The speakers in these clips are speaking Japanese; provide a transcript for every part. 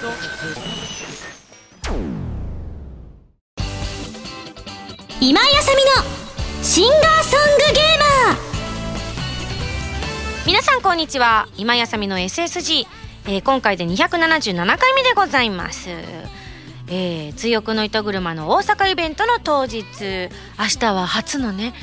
今井あさみのシンガーソングゲーマー。 皆さんこんにちは。今井あさみの SSG、今回で277回目でございます。追憶の糸車の大阪イベントの当日、明日は初のね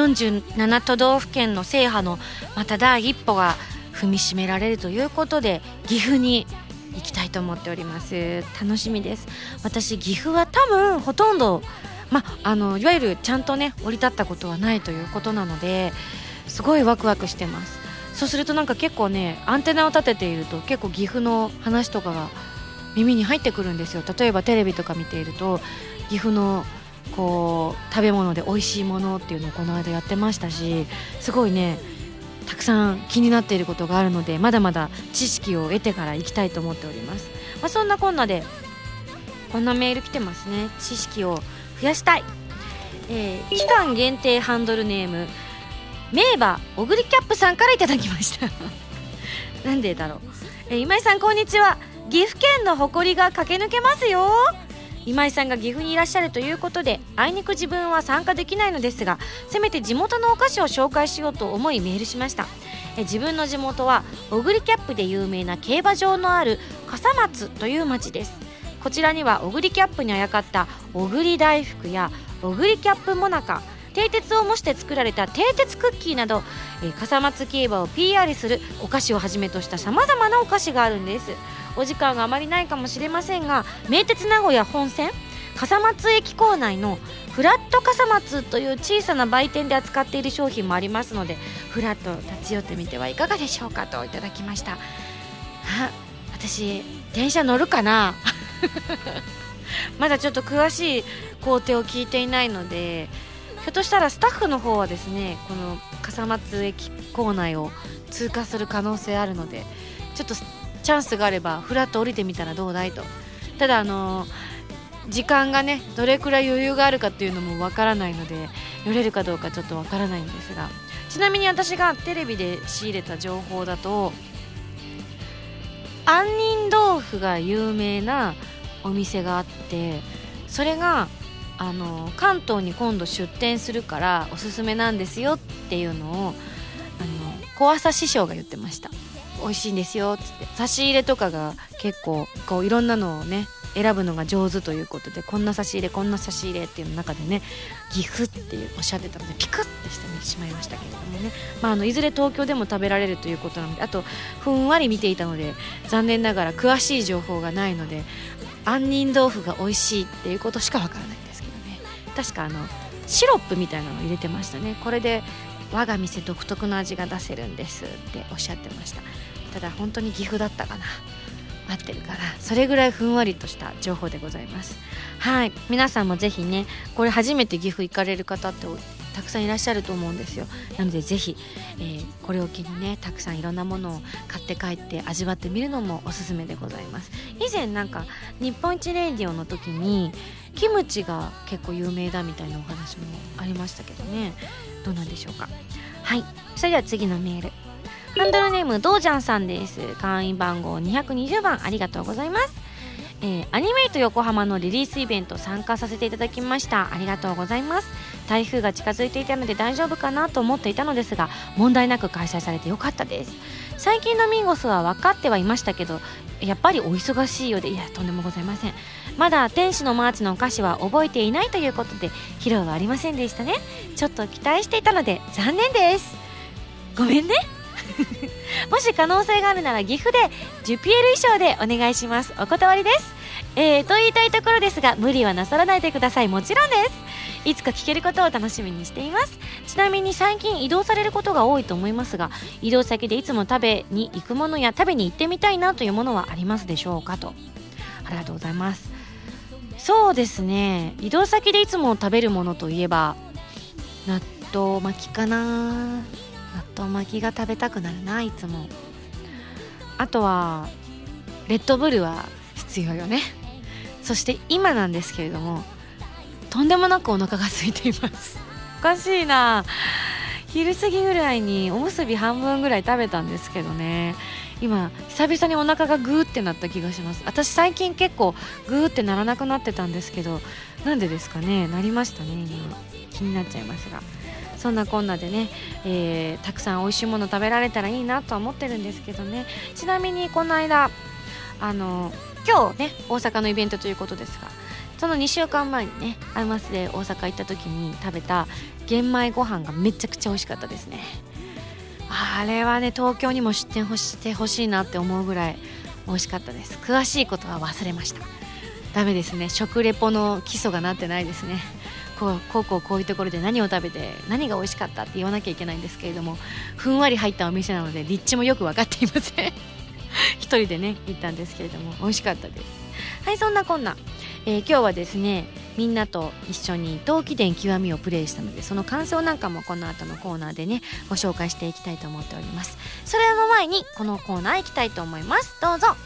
47都道府県の制覇のまた第一歩が踏みしめられるということで、岐阜に行きたいと思っております。楽しみです。私岐阜は多分ほとんどいわゆるちゃんとね降り立ったことはないということなので、すごいワクワクしてます。そうするとなんか結構ねアンテナを立てていると結構岐阜の話とかが耳に入ってくるんですよ。例えばテレビとか見ていると岐阜のこう食べ物で美味しいものっていうのをこの間やってましたし、すごいねたくさん気になっていることがあるので、まだまだ知識を得てから行きたいと思っております。そんなこんなでこんなメール来てますね。知識を増やしたい、期間限定ハンドルネーム名馬おぐりキャップさんからいただきましたなんでだろう。今井さんこんにちは。岐阜県の誇りが駆け抜けますよ。今井さんが岐阜にいらっしゃるということで、あいにく自分は参加できないのですが、せめて地元のお菓子を紹介しようと思いメールしました。自分の地元はおぐりキャップで有名な競馬場のある笠松という町です。こちらにはおぐりキャップにあやかったおぐり大福やおぐりキャップもなか、蹄鉄を模して作られた蹄鉄クッキーなど、笠松競馬を PR するお菓子をはじめとしたさまざまなお菓子があるんです。お時間があまりないかもしれませんが、名鉄名古屋本線笠松駅構内のフラット笠松という小さな売店で扱っている商品もありますので、フラッと立ち寄ってみてはいかがでしょうかといただきました。私電車乗るかなまだちょっと詳しい工程を聞いていないので、ひょっとしたらスタッフの方はですねこの笠松駅構内を通過する可能性あるので、ちょっとチャンスがあればフラッと降りてみたらどうだいと。ただ時間がねどれくらい余裕があるかっていうのもわからないので、寄れるかどうかちょっとわからないんですが、ちなみに私がテレビで仕入れた情報だと、杏仁豆腐が有名なお店があって、それが関東に今度出店するからおすすめなんですよっていうのを小朝師匠が言ってました。美味しいんですよっつって。差し入れとかが結構こういろんなのをね選ぶのが上手ということで、こんな差し入れこんな差し入れっていうの中でね岐阜っていうおっしゃってたのでピクッてしてしまいましたけれどもね、いずれ東京でも食べられるということなので、あとふんわり見ていたので残念ながら詳しい情報がないので、杏仁豆腐が美味しいっていうことしかわからないんですけどね。確かシロップみたいなのを入れてましたね。これで我が店独特の味が出せるんですっておっしゃってました。ただ本当に岐阜だったかな、合ってるかな、それぐらいふんわりとした情報でございます。はい、皆さんもぜひね、これ初めて岐阜行かれる方ってたくさんいらっしゃると思うんですよ。なのでぜひ、これを機にねたくさんいろんなものを買って帰って味わってみるのもおすすめでございます。以前なんか日本一レディオの時にキムチが結構有名だみたいなお話もありましたけどね、どうなんでしょうか。はい、それでは次のメール、ハンドルネームどうじゃんさんです。会員番号220番、ありがとうございます。アニメイト横浜のリリースイベント参加させていただきました。ありがとうございます。台風が近づいていたので大丈夫かなと思っていたのですが、問題なく開催されてよかったです。最近のミンゴスは分かってはいましたけど、やっぱりお忙しいようで、いやとんでもございません。まだ天使のマーチの歌詞は覚えていないということで披露はありませんでしたね。ちょっと期待していたので残念です。ごめんねもし可能性があるなら岐阜でジュピエル衣装でお願いします。お断りです。と言いたいところですが無理はなさらないでください。もちろんです。いつか聞けることを楽しみにしています。ちなみに最近移動されることが多いと思いますが、移動先でいつも食べに行くものや食べに行ってみたいなというものはありますでしょうかと。ありがとうございます。そうですね、移動先でいつも食べるものといえば納豆巻きかな。納豆巻きが食べたくなるな、いつも。あとはレッドブルは必要よね。そして今なんですけれども、とんでもなくお腹が空いています。おかしいな、昼過ぎぐらいにおむすび半分ぐらい食べたんですけどね、 今久々にお腹がグーってなった気がします。私最近結構グーってならなくなってたんですけど、なんでですかね。なりましたね。今気になっちゃいますが、そんなこんなでね、たくさん美味しいもの食べられたらいいなとは思ってるんですけどね。ちなみにこの間今日ね大阪のイベントということですが、その2週間前にねアイマスで大阪行った時に食べた玄米ご飯がめちゃくちゃ美味しかったですね。あれはね東京にも出店してほしいなって思うぐらい美味しかったです。詳しいことは忘れました。ダメですね、食レポの基礎がなってないですね。こういうところで何を食べて何が美味しかったって言わなきゃいけないんですけれども、ふんわり入ったお店なので立地もよく分かっていません一人でね行ったんですけれども美味しかったです。はい、そんなこんな、今日はですねみんなと一緒に陶器伝極みをプレイしたので、その感想なんかもこの後のコーナーでねご紹介していきたいと思っております。それの前にこのコーナー行きたいと思います。どうぞ。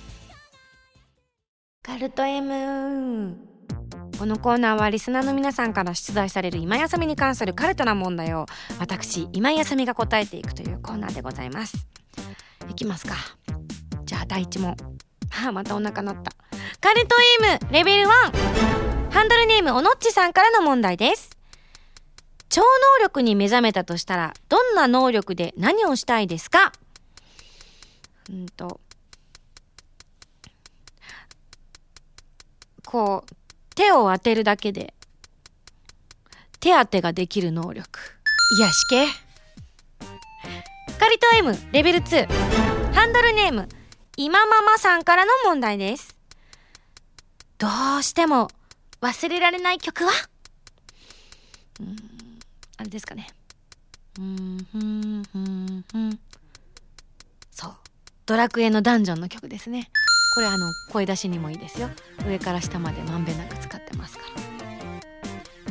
カルト M。 このコーナーはリスナーの皆さんから出題される今やさみに関するカルトな問題を私今やさみが答えていくというコーナーでございます。いきますか。じゃあ第1問。またお腹鳴った。カルト M レベル1、ハンドルネームおのっちさんからの問題です。超能力に目覚めたとしたらどんな能力で何をしたいですか？こう手を当てるだけで手当てができる能力。癒し系。カルト M レベル2、ハンドルネーム今ママさんからの問題です。どうしても忘れられない曲は？あれですかね。そう、ドラクエのダンジョンの曲ですね。これ声出しにもいいですよ。上から下までまんべんなく使ってますから。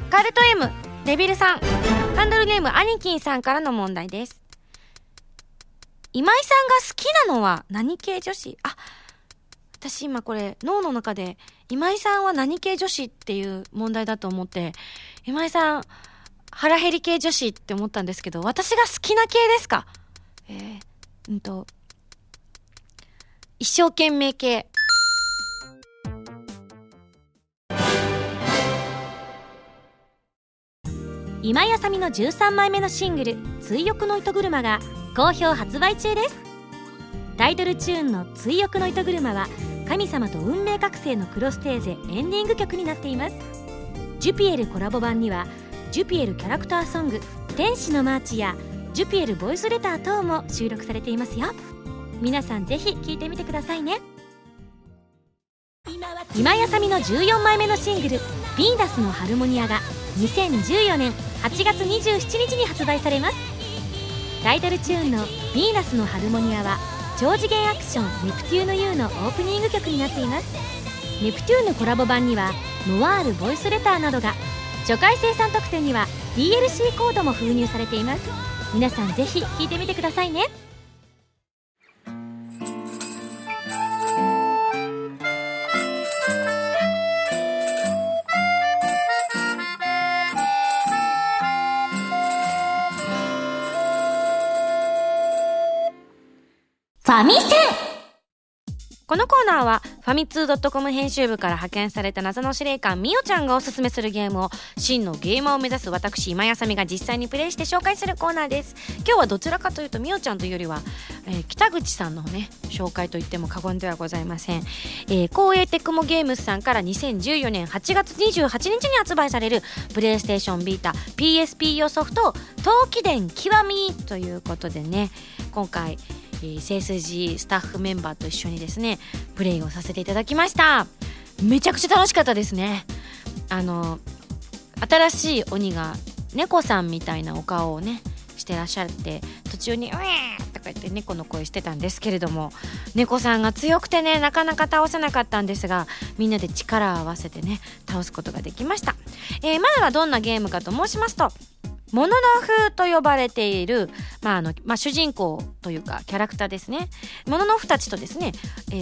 カルト M レベル3、ハンドルネームアニキンさんからの問題です。今井さんが好きなのは何系女子？私今これ脳の中で今井さんは何系女子っていう問題だと思って、今井さん腹減り系女子って思ったんですけど、私が好きな系ですか？一生懸命系。 今やさみの13枚目のシングル「追憶の糸車」が好評発売中です。タイトルチューンの「追憶の糸車」は神様と運命覚醒のクロステーゼエンディング曲になっています。ジュピエルコラボ版にはジュピエルキャラクターソング「天使のマーチ」やジュピエルボイスレター等も収録されていますよ。皆さんぜひ聴いてみてくださいね。今やさみの14枚目のシングル「ヴィーナスのハルモニア」が2014年8月27日に発売されます。タイトルチューンの「ヴィーナスのハルモニア」は超次元アクション「ネプテューヌ U」のオープニング曲になっています。ネプテューヌコラボ版にはノワールボイスレターなどが、初回生産特典には DLC コードも封入されています。皆さんぜひ聴いてみてくださいね。 ファミセン。このコーナーはファミツー .com 編集部から派遣された謎の司令官みおちゃんがおすすめするゲームを真のゲーマーを目指す私今やさみが実際にプレイして紹介するコーナーです。今日はどちらかというとみおちゃんというよりは、北口さんのね紹介といっても過言ではございません。光栄テクモゲームスさんから2014年8月28日に発売されるプレイステーションビータ PSP 用ソフト陶器伝極みということでね、今回背筋スタッフメンバーと一緒にですねプレイをさせていただきました。めちゃくちゃ楽しかったですね。新しい鬼が猫さんみたいなお顔をねしてらっしゃって、途中にウェーとか言って猫の声してたんですけれども、猫さんが強くてねなかなか倒せなかったんですが、みんなで力を合わせてね倒すことができました。まずはどんなゲームかと申しますと、モノノフと呼ばれている、主人公というかキャラクターですね。モノノフたちとですね、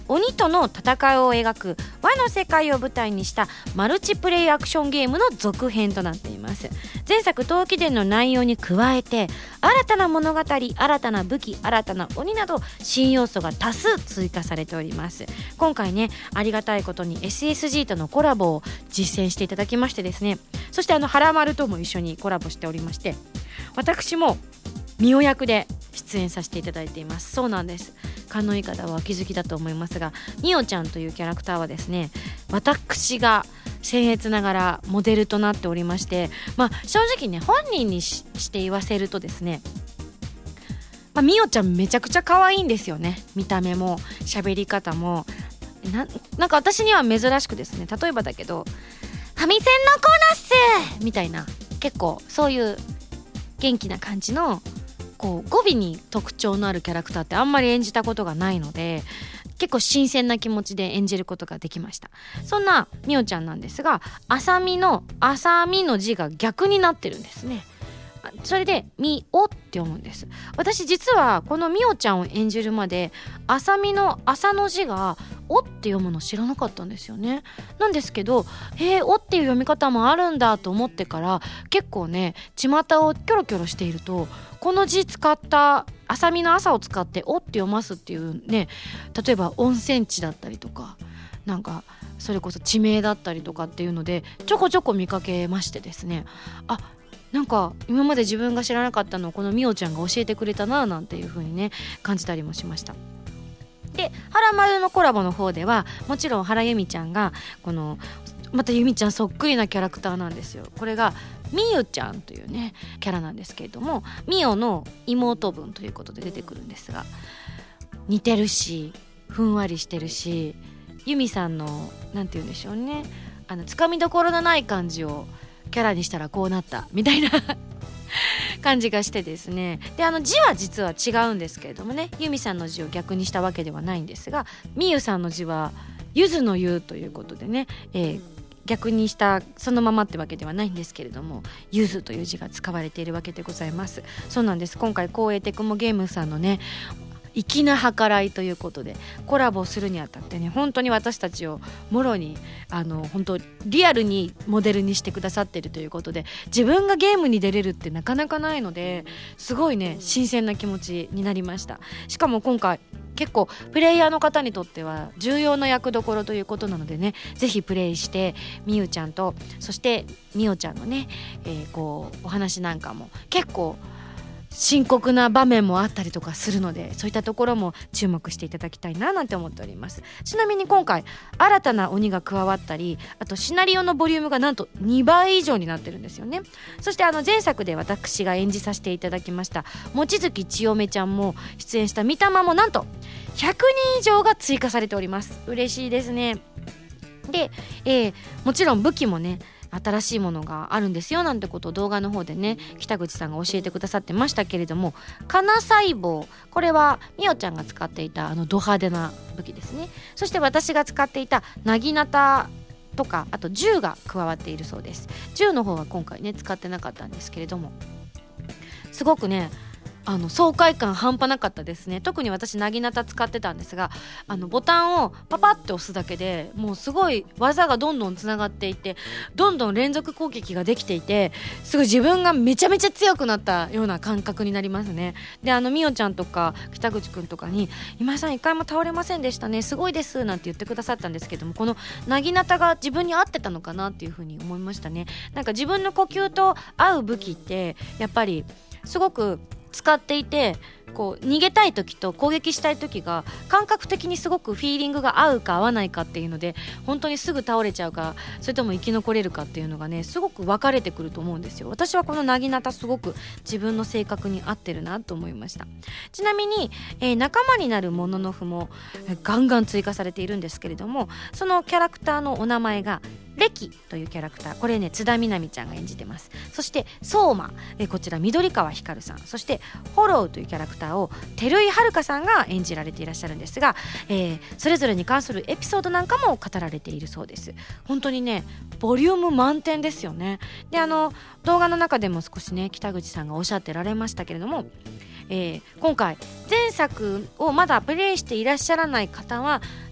鬼との戦いを描く和の世界を舞台にしたマルチプレイアクションゲームの続編となっています。前作闘気伝の内容に加えて新たな物語、新たな武器、新たな鬼など新要素が多数追加されております。今回ね、ありがたいことに SSG とのコラボを実践していただきましてですね、そしてはらまるとも一緒にコラボしておりまして、私もミオ役で出演させていただいています。そうなんです。勘のいい方はお気づきだと思いますが、ミオちゃんというキャラクターはですね、私が僭越ながらモデルとなっておりまして、正直ね、本人にして言わせるとですね、ミオちゃんめちゃくちゃ可愛いんですよね。見た目も喋り方もなんか私には珍しくですね、例えばだけどファミセンのコーナッスみたいな、結構そういう元気な感じのこう語尾に特徴のあるキャラクターってあんまり演じたことがないので、結構新鮮な気持ちで演じることができました。そんなみおちゃんなんですが、あさみの字が逆になってるんですね。それでみおって読むんです。私実はこのみおちゃんを演じるまであさみの朝の字がおって読むの知らなかったんですよね。なんですけど、おっていう読み方もあるんだと思ってから、結構ね巷をキョロキョロしていると、この字使ったあさみの朝を使っておって読ますっていうね、例えば温泉地だったりとか、なんかそれこそ地名だったりとかっていうのでちょこちょこ見かけましてですね、なんか今まで自分が知らなかったのをこのみおちゃんが教えてくれたななんていう風にね感じたりもしました。で、はらまるのコラボの方ではもちろん原由美ちゃんがこのまた由美ちゃんそっくりなキャラクターなんですよ。これがみゆちゃんというねキャラなんですけれども、みおの妹分ということで出てくるんですが、似てるしふんわりしてるし、由美さんのなんて言うんでしょうね、つかみどころのない感じをキャラにしたらこうなったみたいな感じがしてですね。で、字は実は違うんですけれどもね、由美さんの字を逆にしたわけではないんですが、みゆさんの字はゆずのゆということでね、逆にしたそのままってわけではないんですけれども、ゆずという字が使われているわけでございます。そうなんです。今回光栄テクモゲームさんのね粋な計らいということでコラボするにあたってね、本当に私たちをもろに本当リアルにモデルにしてくださっているということで、自分がゲームに出れるってなかなかないので、すごいね新鮮な気持ちになりました。しかも今回結構プレイヤーの方にとっては重要な役どころということなのでね、ぜひプレイしてみゆちゃんとそしてみおちゃんのね、こうお話なんかも結構深刻な場面もあったりとかするので、そういったところも注目していただきたいななんて思っております。ちなみに今回新たな鬼が加わったり、あとシナリオのボリュームがなんと2倍以上になってるんですよね。そして前作で私が演じさせていただきました望月千代美ちゃんも出演したみたまもなんと100人以上が追加されております。嬉しいですね。で、もちろん武器もね新しいものがあるんですよなんてことを動画の方でね北口さんが教えてくださってましたけれども、カナ細胞、これはみおちゃんが使っていたド派手な武器ですね。そして私が使っていたなぎなたとか、あと銃が加わっているそうです。銃の方は今回ね使ってなかったんですけれども、すごくね爽快感半端なかったですね。特に私なぎなた使ってたんですが、ボタンをパパって押すだけでもうすごい技がどんどんつながっていて、どんどん連続攻撃ができていて、すごい自分がめちゃめちゃ強くなったような感覚になりますね。でみおちゃんとか北口くんとかに今井さん一回も倒れませんでしたね、すごいですなんて言ってくださったんですけども、このなぎなたが自分に合ってたのかなっていうふうに思いましたね。なんか自分の呼吸と合う武器ってやっぱりすごく使っていて、こう逃げたい時と攻撃したい時が感覚的にすごくフィーリングが合うか合わないかっていうので、本当にすぐ倒れちゃうかそれとも生き残れるかっていうのがねすごく分かれてくると思うんですよ。私はこのなぎなたすごく自分の性格に合ってるなと思いました。ちなみに、仲間になるものの符もガンガン追加されているんですけれども、そのキャラクターのお名前がレキというキャラクター、これね津田みなみちゃんが演じてます。そして相馬、こちら緑川光さん、そしてホロウというキャラクターを照井遥さんが演じられていらっしゃるんですが、それぞれに関するエピソードなんかも語られているそうです。本当にねボリューム満点ですよね。で動画の中でも少しね北口さんがおっしゃってられましたけれども、今回前作をまだプレイしていらっしゃらない方は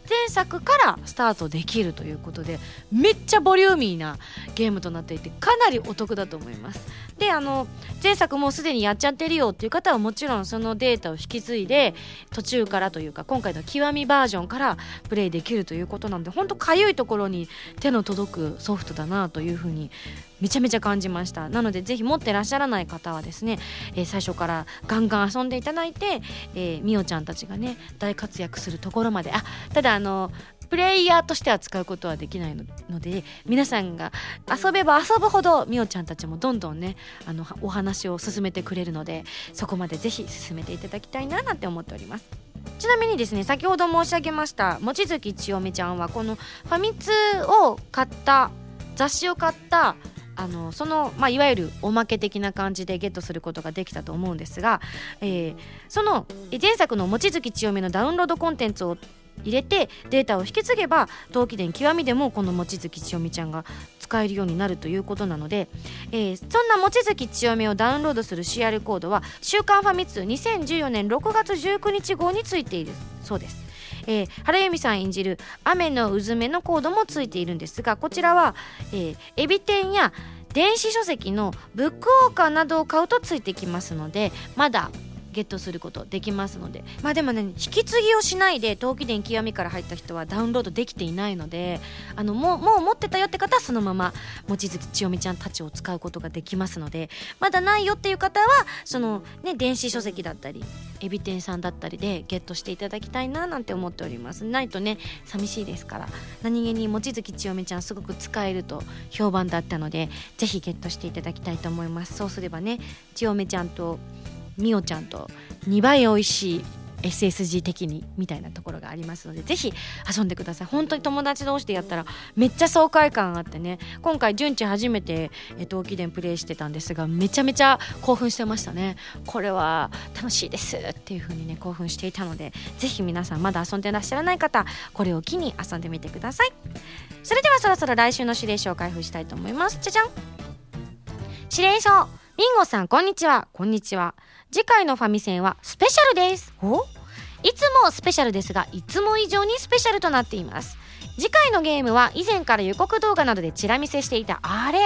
前作からスタートできるということで、めっちゃボリューミーなゲームとなっていてかなりお得だと思います。で前作もうすでにやっちゃってるよっていう方はもちろんそのデータを引き継いで途中からというか今回の極みバージョンからプレイできるということなので、本当かゆいところに手の届くソフトだなというふうにめちゃめちゃ感じました。なのでぜひ持ってらっしゃらない方はですね、最初からガンガン遊んでいただいて、みおちゃんたちがね大活躍するところまで、ただプレイヤーとしては使うことはできないので、皆さんが遊べば遊ぶほどみおちゃんたちもどんどんねお話を進めてくれるので、そこまでぜひ進めていただきたいななんて思っております。ちなみにですね、先ほど申し上げました望月千代美ちゃんはこのファミ通を買った雑誌を買ったその、いわゆるおまけ的な感じでゲットすることができたと思うんですが、その前作の望月千代美のダウンロードコンテンツを入れてデータを引き継げば同期伝極みでもこの望月千代美ちゃんが使えるようになるということなので、そんな望月千代美をダウンロードする CR コードは週刊ファミ通2014年6月19日号についているそうです。原由美さん演じる雨のうずめのコードもついているんですが、こちらは、エビ天や電子書籍のブックオーカーなどを買うとついてきますので、まだゲットすることできますので、でもね引き継ぎをしないで陶器伝極みから入った人はダウンロードできていないので、もう持ってたよって方はそのまま望月千代美ちゃんたちを使うことができますので、まだないよっていう方はそのね電子書籍だったりエビ天さんだったりでゲットしていただきたいななんて思っております。ないとね寂しいですから、何気に望月千代美ちゃんすごく使えると評判だったのでぜひゲットしていただきたいと思います。そうすればね千代美ちゃんとみおちゃんと2倍美味しい SSG 的にみたいなところがありますのでぜひ遊んでください。本当に友達同士でやったらめっちゃ爽快感あってね、今回順次初めて同期伝プレイしてたんですがめちゃめちゃ興奮してましたね。これは楽しいですっていう風にね興奮していたので、ぜひ皆さんまだ遊んでらっしゃらない方これを機に遊んでみてください。それではそろそろ来週の指令書を開封したいと思います。じゃじゃん。指令書、ミンゴさんこんにちは。こんにちは。次回のファミセンはスペシャルです。いつもスペシャルですがいつも以上にスペシャルとなっています。次回のゲームは以前から予告動画などでチラ見せしていた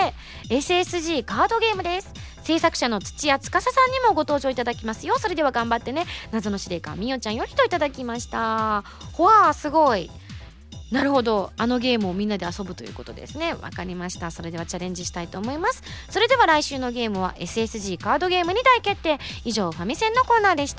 SSG カードゲームです。制作者の土屋司さんにもご登場いただきますよ。それでは頑張ってね。謎の司令官みおちゃんよりといただきました。わーすごい。なるほど、ゲームをみんなで遊ぶということですね。わかりました。それではチャレンジしたいと思います。それでは来週のゲームは SSG カードゲームに大決定。以上ファミセンのコーナーでした。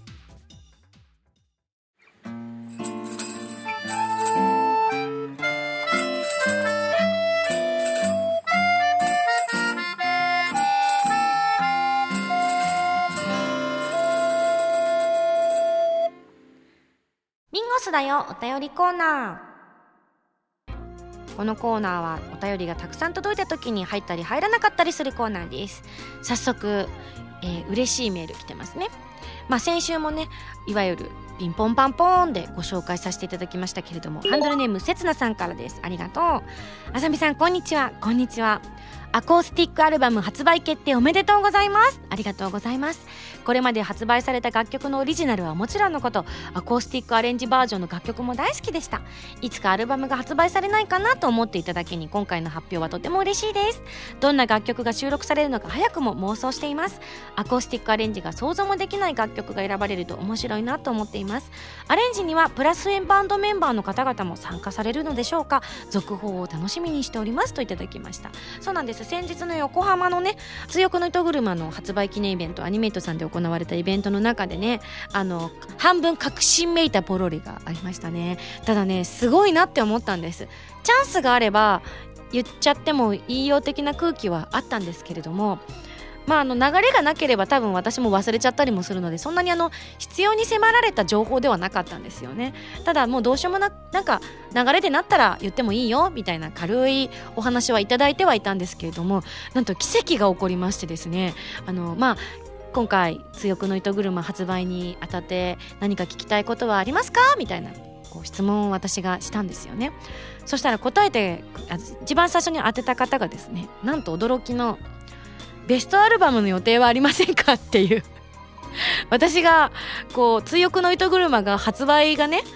ミンゴスだよお便りコーナー。このコーナーはお便りがたくさん届いた時に入ったり入らなかったりするコーナーです。早速、嬉しいメール来てますね。先週もねいわゆるピンポンパンポーンでご紹介させていただきましたけれども、ハンドルネームせつなさんからです。ありがとう。あさみさんこんにちは。こんにちは。アコースティックアルバム発売決定おめでとうございます。ありがとうございます。これまで発売された楽曲のオリジナルはもちろんのこと、アコースティックアレンジバージョンの楽曲も大好きでした。いつかアルバムが発売されないかなと思っていただけに今回の発表はとても嬉しいです。どんな楽曲が収録されるのか早くも妄想しています。アコースティックアレンジが想像もできない楽曲が選ばれると面白いなと思っています。アレンジにはプラスバンドメンバーの方々も参加されるのでしょうか。続報を楽しみにしておりますといただきました。そうなんです。先日の横浜のね追憶の糸車の発売記念イベント、アニメイトさんで行われたイベントの中でね半分確信めいたポロリがありましたね。ただねすごいなって思ったんです。チャンスがあれば言っちゃってもいいよ的な空気はあったんですけれども、流れがなければ多分私も忘れちゃったりもするので、そんなに必要に迫られた情報ではなかったんですよね。ただもうどうしようもなんか流れでなったら言ってもいいよみたいな軽いお話はいただいてはいたんですけれども、なんと奇跡が起こりましてですね、今回追憶の糸車発売にあたって何か聞きたいことはありますかみたいな質問を私がしたんですよね。そしたら答えて一番最初に当てた方がですね、なんと驚きのベストアルバムの予定はありませんかっていう私が追憶の糸車が発売がね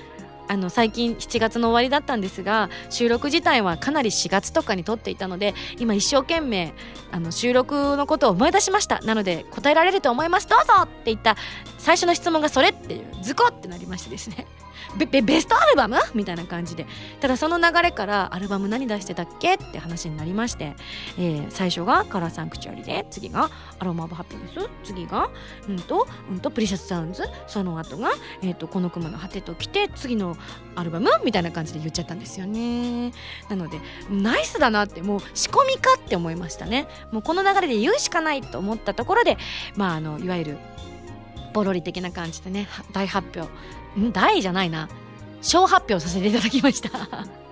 最近7月の終わりだったんですが、収録自体はかなり4月とかに撮っていたので、今一生懸命収録のことを思い出しました。なので答えられると思います、どうぞって言った最初の質問がそれっていう、ズコってなりましてですね、ベストアルバムみたいな感じで、ただその流れからアルバム何出してたっけって話になりまして、最初がカラーサンクチュアリで、次がアロマオブハピネス、次がプリシャスサウンズ、その後が、この雲の果てときて、次のアルバムみたいな感じで言っちゃったんですよね。なのでナイスだなって、もう仕込みかって思いましたね。もうこの流れで言うしかないと思ったところで、いわゆるポロリ的な感じでね、大発表、大じゃないな、小発表させていただきました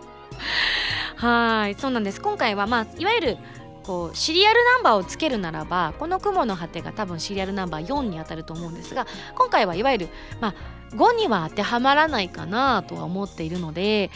はい、そうなんです。今回は、いわゆるこうシリアルナンバーをつけるならば、この雲の果てが多分シリアルナンバー4に当たると思うんですが、今回はいわゆる、5には当てはまらないかなとは思っているので、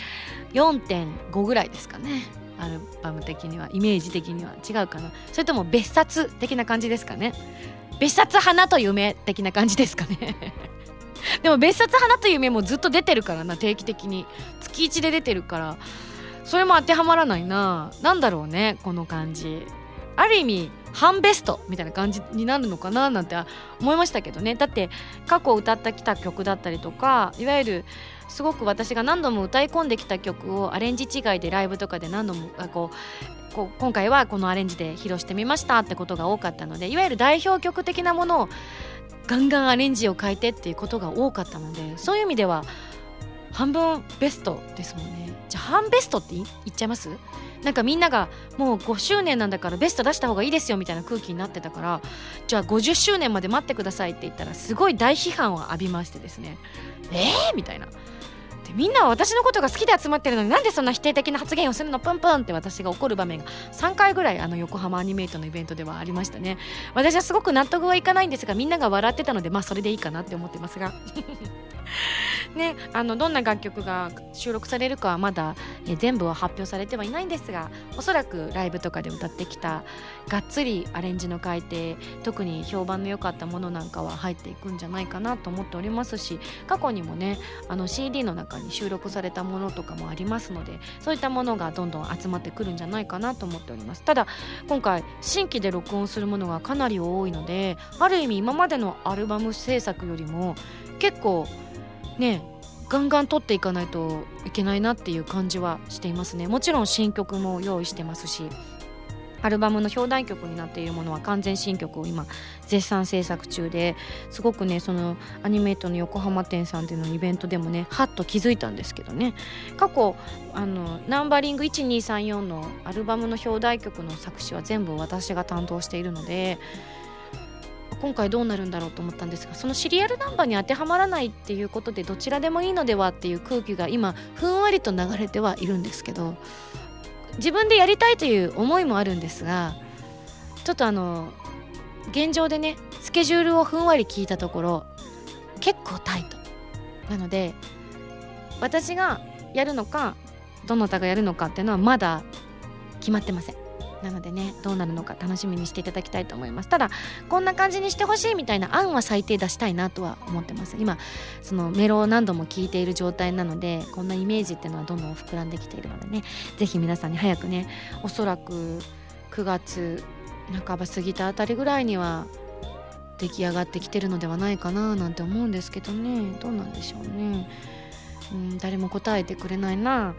4.5 ぐらいですかね。アルバム的には、イメージ的には違うかな。それとも別冊的な感じですかね。別冊花と夢的な感じですかねでも別冊花と夢もずっと出てるからな、定期的に月1で出てるから、それも当てはまらないな。なんだろうね、この感じ。ある意味半ベストみたいな感じになるのかななんて思いましたけどね。だって過去歌ってきた曲だったりとか、いわゆるすごく私が何度も歌い込んできた曲をアレンジ違いでライブとかで何度も今回はこのアレンジで披露してみましたってことが多かったので、いわゆる代表曲的なものをガンガンアレンジを変えてっていうことが多かったので、そういう意味では半分ベストですもんね。じゃあ半ベストって言っちゃいます？なんかみんながもう5周年なんだからベスト出した方がいいですよみたいな空気になってたから、じゃあ50周年まで待ってくださいって言ったらすごい大批判を浴びましてですね、みたいな。でみんなは私のことが好きで集まってるのになんでそんな否定的な発言をするの、プンプンって私が怒る場面が3回ぐらい横浜アニメイトのイベントではありましたね。私はすごく納得はいかないんですが、みんなが笑ってたのでそれでいいかなって思ってますがね、どんな楽曲が収録されるかはまだ全部は発表されてはいないんですが、おそらくライブとかで歌ってきたがっつりアレンジの改訂、特に評判の良かったものなんかは入っていくんじゃないかなと思っておりますし、過去にもねCD の中に収録されたものとかもありますので、そういったものがどんどん集まってくるんじゃないかなと思っております。ただ今回新規で録音するものがかなり多いので、ある意味今までのアルバム制作よりも結構ねガンガン撮っていかないといけないなっていう感じはしていますね。もちろん新曲も用意してますし、アルバムの表題曲になっているものは完全新曲を今絶賛制作中で、すごくねそのアニメイトの横浜店さんでのイベントでもねはっと気づいたんですけどね、過去ナンバリング1234のアルバムの表題曲の作詞は全部私が担当しているので、今回どうなるんだろうと思ったんですが、そのシリアルナンバーに当てはまらないっていうことでどちらでもいいのではっていう空気が今ふんわりと流れてはいるんですけど、自分でやりたいという思いもあるんですが、ちょっと現状でねスケジュールをふんわり聞いたところ結構タイトなので、私がやるのかどの歌がやるのかっていうのはまだ決まってません。なのでねどうなるのか楽しみにしていただきたいと思います。ただこんな感じにしてほしいみたいな案は最低出したいなとは思ってます。今そのメロを何度も聴いている状態なので、こんなイメージっていうのはどんどん膨らんできているのでね、ぜひ皆さんに早くね、おそらく9月半ば過ぎたあたりぐらいには出来上がってきてるのではないかななんて思うんですけどね、どうなんでしょうね。誰も答えてくれないな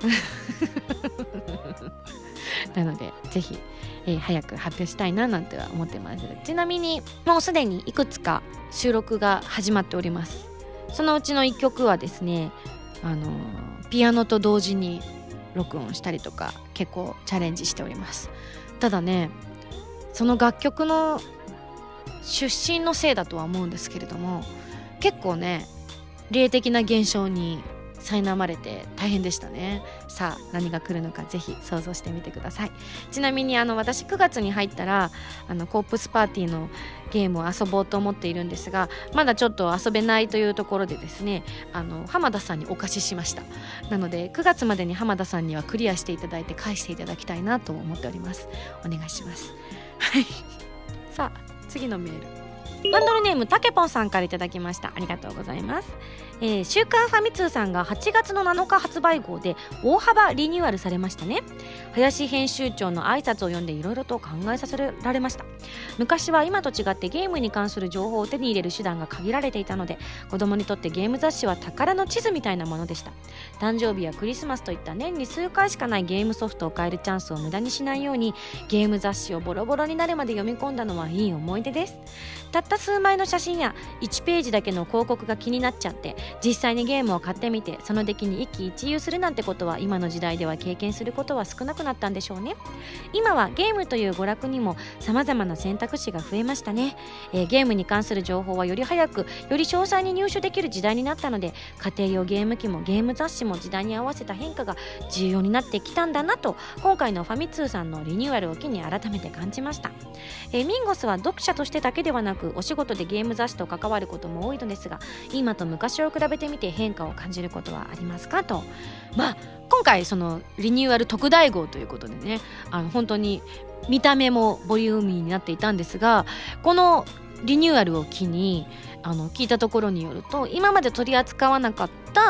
なのでぜひ、早く発表したいななんては思ってます。ちなみにもうすでにいくつか収録が始まっております。そのうちの1曲はですねピアノと同時に録音したりとか結構チャレンジしております。ただねその楽曲の出身のせいだとは思うんですけれども、結構ね霊的な現象に苛まれて大変でしたね。さあ何が来るのかぜひ想像してみてください。ちなみに私9月に入ったらコープスパーティーのゲームを遊ぼうと思っているんですが、まだちょっと遊べないというところでですね浜田さんにお貸ししました。なので9月までに浜田さんにはクリアしていただいて返していただきたいなと思っております。お願いしますはいさあ次のメールハンドルネームたけぽんさんからいただきました。ありがとうございます。週刊ファミ通さんが8月の7日発売号で大幅リニューアルされましたね。林編集長の挨拶を読んでいろいろと考えさせられました。昔は今と違ってゲームに関する情報を手に入れる手段が限られていたので、子供にとってゲーム雑誌は宝の地図みたいなものでした。誕生日やクリスマスといった年に数回しかないゲームソフトを買えるチャンスを無駄にしないように、ゲーム雑誌をボロボロになるまで読み込んだのはいい思い出です。たった数枚の写真や1ページだけの広告が気になっちゃって、実際にゲームを買ってみてその出来に一喜一憂するなんてことは今の時代では経験することは少なくなったんでしょうね。今はゲームという娯楽にも様々な選択肢が増えましたね。ゲームに関する情報はより早くより詳細に入手できる時代になったので、家庭用ゲーム機もゲーム雑誌も時代に合わせた変化が重要になってきたんだなと、今回のファミ通さんのリニューアルを機に改めて感じました。ミンゴスは読者としてだけではなくお仕事でゲーム雑誌と関わることも多いのですが、今と昔を比べてみて変化を感じることはありますかと。今回そのリニューアル特大号ということでね、本当に見た目もボリューミーになっていたんですが、このリニューアルを機に聞いたところによると、今まで取り扱わなかった、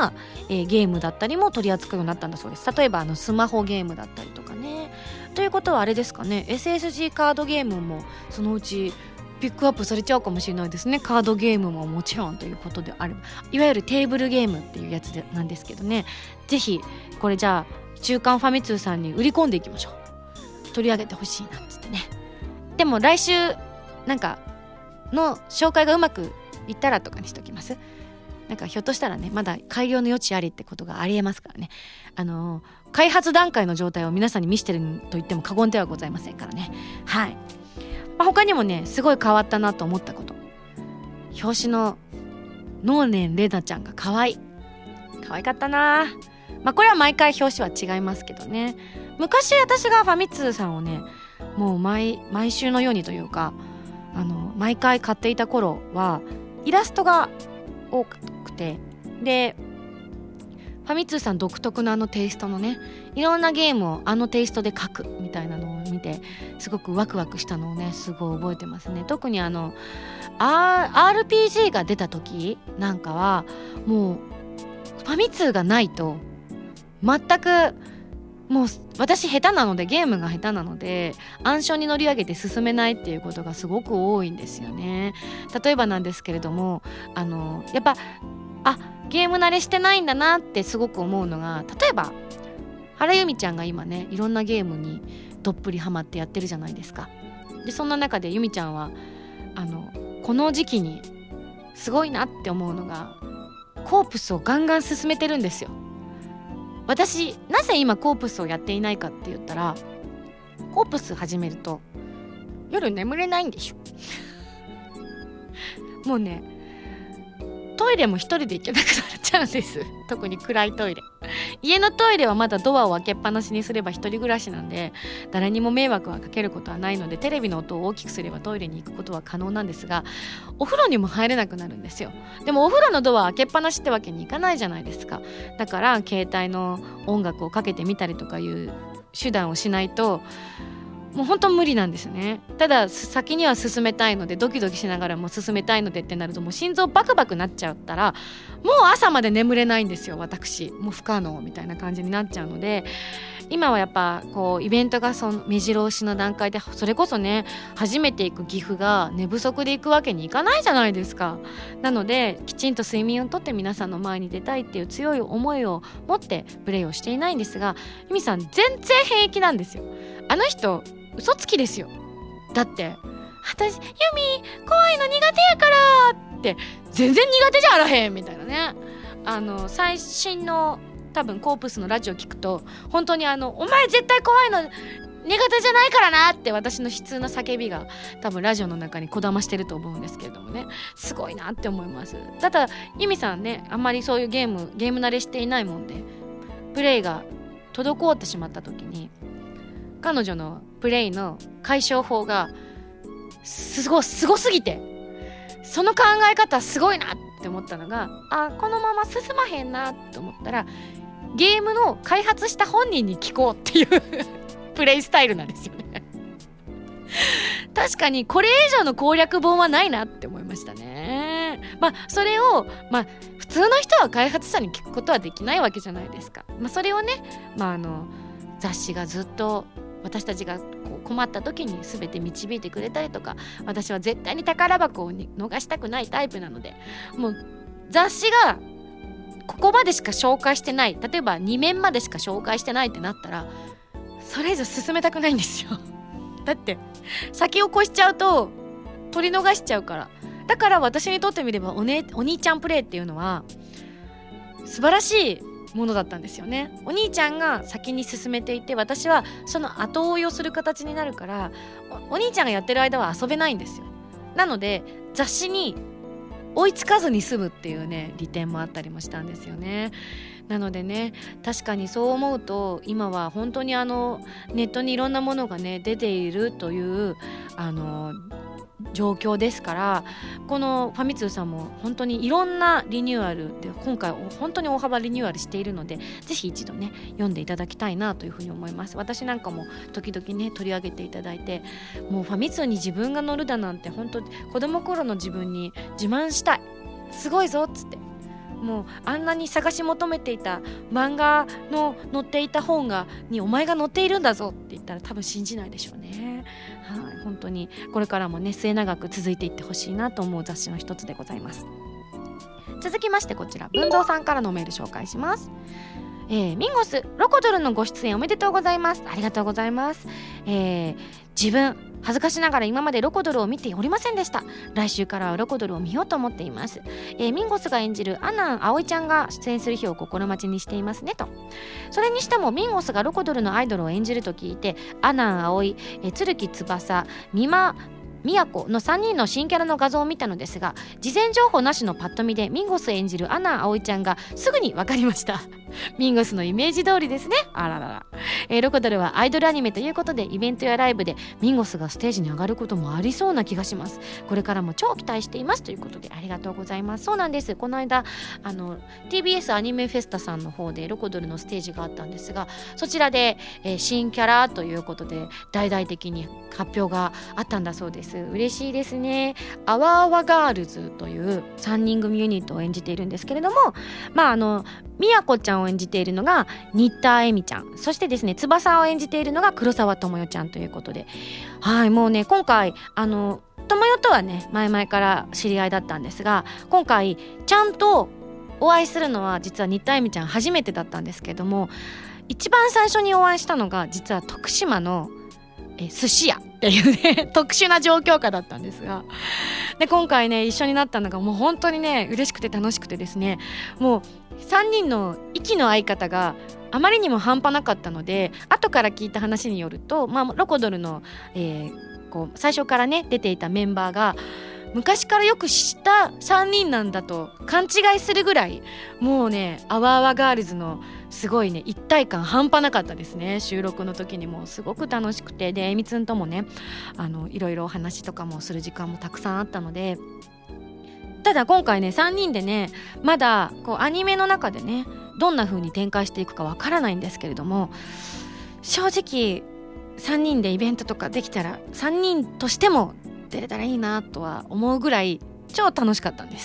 ゲームだったりも取り扱うようになったんだそうです。例えばスマホゲームだったりとかね。ということはあれですかね、 SSG カードゲームもそのうちピックアップされちゃうかもしれないですね。カードゲームももちろんということであれば、いわゆるテーブルゲームっていうやつなんですけどね、ぜひこれじゃあ週刊ファミ通さんに売り込んでいきましょう。取り上げてほしいなっつってね。でも来週なんかの紹介がうまくいったらとかにしときます。なんかひょっとしたらね、まだ改良の余地ありってことがありえますからね。開発段階の状態を皆さんに見せてると言っても過言ではございませんからね。はい。他にもね、すごい変わったなと思ったこと、表紙の能年玲奈ちゃんが可愛かったな。これは毎回表紙は違いますけどね。昔私がファミ通さんをね、もう毎週のようにというか毎回買っていた頃はイラストが多くて、でファミ通さん独特のテイストのね、いろんなゲームをテイストで描くみたいなのを見てすごくワクワクしたのをね、すごい覚えてますね。特にRPG が出た時なんかはもうファミ通がないと全く、もう私下手なので、ゲームが下手なので暗礁に乗り上げて進めないっていうことがすごく多いんですよね。例えばなんですけれども、やっぱゲーム慣れしてないんだなってすごく思うのが、例えば原由美ちゃんが今ね、いろんなゲームにどっぷりハマってやってるじゃないですか。でそんな中で由美ちゃんはこの時期にすごいなって思うのが、コープスをガンガン進めてるんですよ。私なぜ今コープスをやっていないかって言ったら、コープス始めると夜眠れないんでしょもうね、トイレも一人で行けなくなっちゃうんです。特に暗いトイレ。家のトイレはまだドアを開けっぱなしにすれば一人暮らしなんで誰にも迷惑はかけることはないので、テレビの音を大きくすればトイレに行くことは可能なんですが、お風呂にも入れなくなるんですよ。でもお風呂のドア開けっぱなしってわけにいかないじゃないですか。だから携帯の音楽をかけてみたりとかいう手段をしないともう本当無理なんですね。ただ先には進めたいので、ドキドキしながらも進めたいのでってなると、もう心臓バクバクなっちゃったらもう朝まで眠れないんですよ。私もう不可能みたいな感じになっちゃうので、今はやっぱこうイベントが目白押しの段階で、それこそね、初めて行く岐阜が寝不足で行くわけにいかないじゃないですか。なのできちんと睡眠をとって皆さんの前に出たいっていう強い思いを持ってプレイをしていないんですが、由美さん全然平気なんですよ。あの人嘘つきですよ。だって私ユミ怖いの苦手やからって全然苦手じゃあらへんみたいなね。最新の多分コープスのラジオ聞くと、本当にお前絶対怖いの苦手じゃないからなって私の悲痛な叫びが多分ラジオの中にこだましてると思うんですけれどもね、すごいなって思います。ただユミさんね、あんまりそういうゲーム慣れしていないもんで、プレイが滞ってしまった時に彼女のプレイの解消法がすごすぎて、その考え方すごいなって思ったのが、このまま進まへんなって思ったらゲームの開発した本人に聞こうっていうプレイスタイルなんですよね。 確かにこれ以上の攻略本はないなって思いましたね。それを普通の人は開発者に聞くことはできないわけじゃないですか。それをね、雑誌がずっと私たちが困った時に全て導いてくれたりとか、私は絶対に宝箱を逃したくないタイプなので、もう雑誌がここまでしか紹介してない、例えば2面までしか紹介してないってなったらそれ以上進めたくないんですよだって先を越しちゃうと取り逃しちゃうから。だから私にとってみればお兄ちゃんプレイっていうのは素晴らしいものだったんですよね。お兄ちゃんが先に進めていて、私はその後追いをする形になるから、お兄ちゃんがやってる間は遊べないんですよ。なので雑誌に追いつかずに済むっていうね、利点もあったりもしたんですよね。なのでね、確かにそう思うと今は本当にネットにいろんなものがね出ているという状況ですから、このファミ通さんも本当にいろんなリニューアルで今回本当に大幅リニューアルしているので、ぜひ一度ね読んでいただきたいなというふうに思います。私なんかも時々ね取り上げていただいて、もうファミ通に自分が乗るだなんて本当子供頃の自分に自慢したい、すごいぞっつって、もうあんなに探し求めていた漫画の載っていた本にお前が載っているんだぞって言ったら多分信じないでしょうね。本当にこれからもね末永く続いていってほしいなと思う雑誌の一つでございます。続きましてこちら文蔵さんからのメール紹介します。ミンゴスロコドルのご出演おめでとうございます。ありがとうございます。自分恥ずかしながら今までロコドルを見ておりませんでした。来週からはロコドルを見ようと思っています。ミンゴスが演じるアナン葵ちゃんが出演する日を心待ちにしていますねと。それにしてもミンゴスがロコドルのアイドルを演じると聞いて、アナン葵、鶴木翼、美馬宮子の3人の新キャラの画像を見たのですが、事前情報なしのパッと見でミンゴス演じるアナ葵ちゃんがすぐに分かりましたミンゴスのイメージ通りですね。あららら、ロコドルはアイドルアニメということでイベントやライブでミンゴスがステージに上がることもありそうな気がします。これからも超期待していますということでありがとうございます。そうなんです、この間TBS アニメフェスタさんの方でロコドルのステージがあったんですが、そちらで、新キャラということで大々的に発表があったんだそうです。嬉しいですね。アワアワガールズという3人組ユニットを演じているんですけれども、みやこちゃんを演じているのが新田恵美ちゃん、そしてですね翼を演じているのが黒沢智代ちゃんということで、もうね今回智代とはね前々から知り合いだったんですが、今回ちゃんとお会いするのは実は新田恵美ちゃん初めてだったんですけども、一番最初にお会いしたのが実は徳島の寿司屋っていうね特殊な状況下だったんですが、で今回ね一緒になったのがもう本当にね嬉しくて楽しくてですね、もう3人の息の合い方があまりにも半端なかったので、後から聞いた話によると、ロコドルの、最初からね出ていたメンバーが昔からよく知った3人なんだと勘違いするぐらい、もうねアワアワガールズのすごいね一体感半端なかったですね。収録の時にもすごく楽しくて、でえみつんともねいろいろお話とかもする時間もたくさんあったので、ただ今回ね3人でねまだアニメの中でねどんな風に展開していくかわからないんですけれども、正直3人でイベントとかできたら3人としても出れたらいいなとは思うぐらい超楽しかったんです。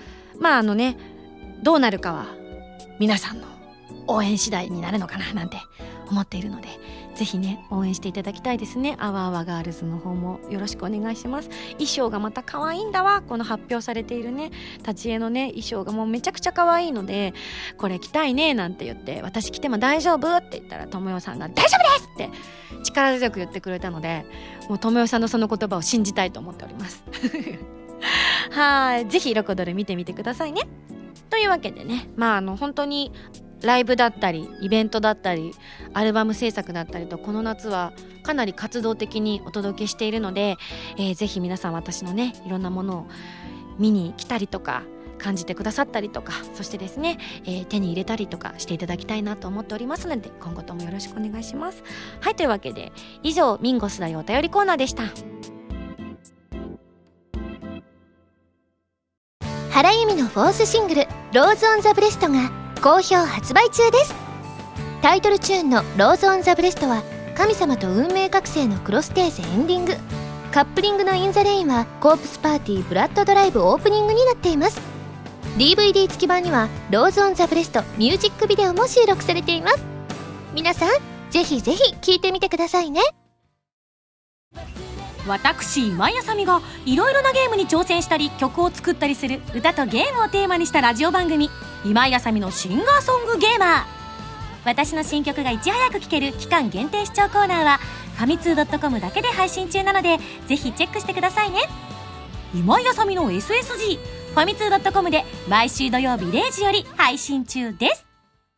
どうなるかは皆さんの応援次第になるのかななんて思っているので、ぜひね応援していただきたいですね。アワアワガールズの方もよろしくお願いします。衣装がまた可愛いんだわ。この発表されているね立ち絵のね衣装がもうめちゃくちゃ可愛いので、これ着たいねなんて言って、私着ても大丈夫って言ったら智代さんが大丈夫ですって力強く言ってくれたので、もう智代さんのその言葉を信じたいと思っておりますはい、ぜひロコドル見てみてくださいね。というわけでね、本当にライブだったりイベントだったりアルバム制作だったりと、この夏はかなり活動的にお届けしているので、ぜひ皆さん私のねいろんなものを見に来たりとか感じてくださったりとか、そしてですね、手に入れたりとかしていただきたいなと思っておりますので、今後ともよろしくお願いします。はい、というわけで以上ミンゴスだよお便りコーナーでした。 原由美のフォースシングル「ローズ・オン・ザ・ブレスト」が好評発売中です。タイトルチューンの「ローズ・オン・ザ・ブレスト」は神様と運命覚醒のクロステーゼエンディング。 カップリングのインザレインはコープスパーティーブラッドドライブオープニングになっています。 DVD 付き版にはローズオンザブレストミュージックビデオも収録されています。皆さんぜひぜひ聴いてみてくださいね。 私今井あさみがいろいろなゲームに挑戦したり曲を作ったりする歌とゲームをテーマにしたラジオ番組、今井あさみのシンガーソングゲーマー。私の新曲がいち早く聴ける期間限定視聴コーナーはファミツー .com だけで配信中なので、ぜひチェックしてくださいね。今井あさみの SSG ファミツー .com で毎週土曜日0時より配信中です。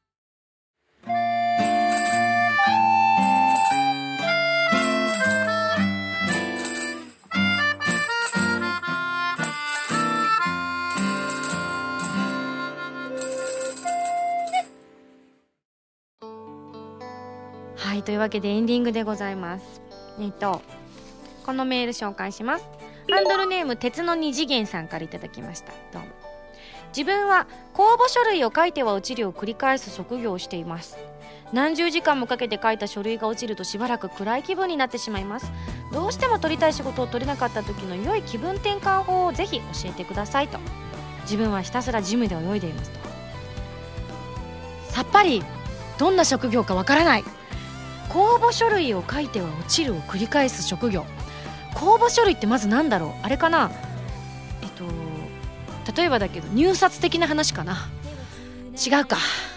はい、というわけでエンディングでございます。このメール紹介します。ハンドルネーム鉄の二次元さんからいただきました。どうも。自分は公募書類を書いては落ちるを繰り返す職業をしています。何十時間もかけて書いた書類が落ちるとしばらく暗い気分になってしまいます。どうしても取りたい仕事を取れなかった時の良い気分転換法をぜひ教えてくださいと。自分はひたすらジムで泳いでいますと。さっぱりどんな職業かわからない。公募書類を書いては落ちるを繰り返す職業。公募書類ってまずなんだろう。あれかな、例えばだけど入札的な話かな。違うか。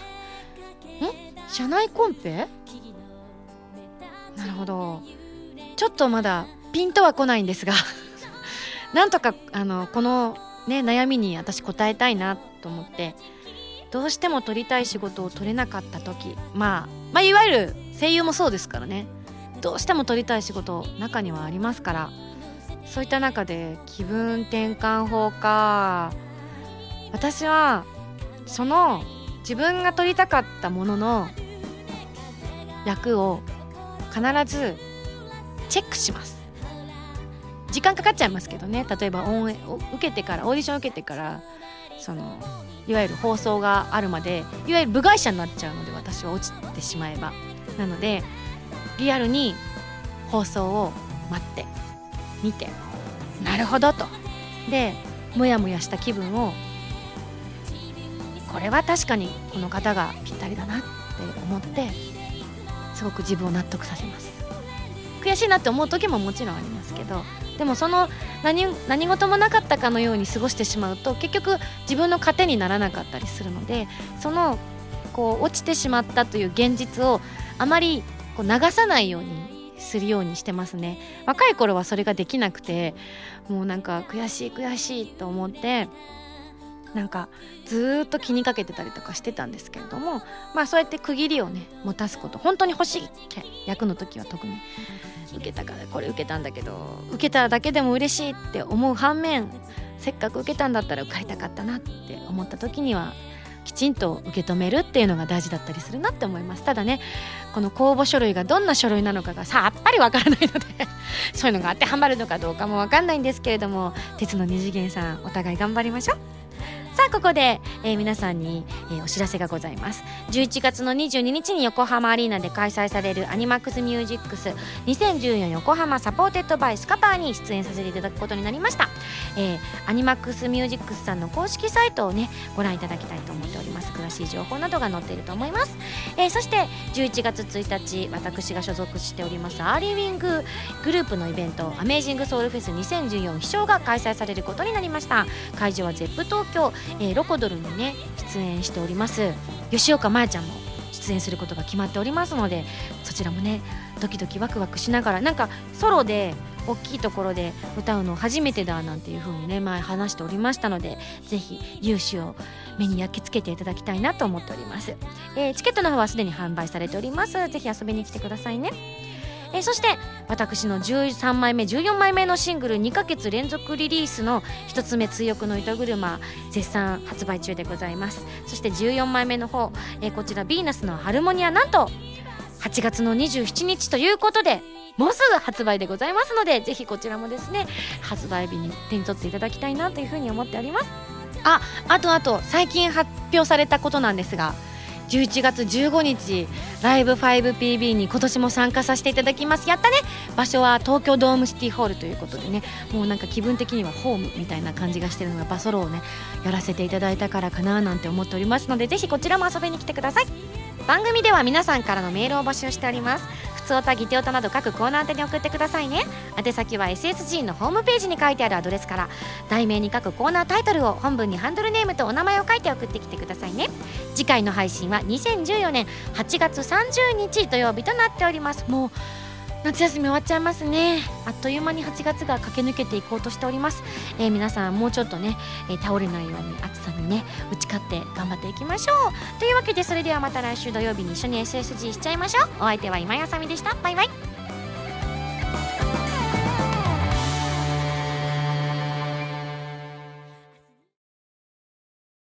社内コンペ。なるほど。ちょっとまだピンとは来ないんですがなんとかこのね悩みに私答えたいなと思って、どうしても取りたい仕事を取れなかった時、まあいわゆる声優もそうですからね、どうしても取りたい仕事中にはありますから、そういった中で気分転換法か。私はその自分が取りたかったものの役を必ずチェックします。時間かかっちゃいますけどね。例えばオーディション受けてからいわゆる放送があるまでいわゆる部外者になっちゃうので、私は落ちてしまえば。なのでリアルに放送を待って見て、なるほどと、でモヤモヤした気分を、これは確かにこの方がぴったりだなって思って、すごく自分を納得させます。悔しいなって思う時ももちろんありますけど、でもその何事もなかったかのように過ごしてしまうと結局自分の糧にならなかったりするので、その落ちてしまったという現実をあまり流さないようにするようにしてますね。若い頃はそれができなくて、もうなんか悔しいと思ってなんかずっと気にかけてたりとかしてたんですけれども、そうやって区切りをね持たすこと、本当に欲しい役の時は特に受けたからこれ受けたんだけど、受けただけでも嬉しいって思う反面、せっかく受けたんだったら受かりたかったなって思った時にはきちんと受け止めるっていうのが大事だったりするなって思います。ただね、この公募書類がどんな書類なのかがさっぱりわからないのでそういうのが当てはまるのかどうかもわかんないんですけれども、鉄の二次元さんお互い頑張りましょう。さあここで、皆さんに、お知らせがございます。11月の22日に横浜アリーナで開催されるアニマックスミュージックス2014横浜サポーテッドバイスカパーに出演させていただくことになりました。アニマックスミュージックスさんの公式サイトをねご覧いただきたいと思っております。詳しい情報などが載っていると思います。そして11月1日私が所属しておりますアーリーウィンググループのイベントアメージングソウルフェス2014飛翔が開催されることになりました。会場はゼップ東京、ロコドルにね出演しております吉岡真也ちゃんも出演することが決まっておりますので、そちらもねドキドキワクワクしながら、なんかソロで大きいところで歌うの初めてだなんていう風にね前話しておりましたので、ぜひ勇姿を目に焼き付けていただきたいなと思っております。チケットの方はすでに販売されております。ぜひ遊びに来てくださいね。そして私の13枚目14枚目のシングル2ヶ月連続リリースの1つ目追憶の糸車絶賛発売中でございます。そして14枚目の方、こちらヴィーナスのハルモニア、なんと8月の27日ということでもうすぐ発売でございますので、ぜひこちらもですね発売日に手に取っていただきたいなというふうに思っております。あと最近発表されたことなんですが、 11月15日ライブ 5PB に今年も参加させていただきます。やったね。場所は東京ドームシティホールということでね、もうなんか気分的にはホームみたいな感じがしてるのがバソロをねやらせていただいたからかななんて思っておりますので、ぜひこちらも遊びに来てください。番組では皆さんからのメールを募集しております。ふつおた、ぎておたなど各コーナー宛てに送ってくださいね。宛先は SSG のホームページに書いてあるアドレスから、題名に各コーナータイトルを、本文にハンドルネームとお名前を書いて送ってきてくださいね。次回の配信は2014年8月30日土曜日となっております。もう夏休み終わっちゃいますね。あっという間に8月が駆け抜けていこうとしております。皆さんもうちょっとね、倒れないように暑さにね打ち勝って頑張っていきましょう。というわけで、それではまた来週土曜日に一緒に SSG しちゃいましょう。お相手は今やさみでした。バイバイ。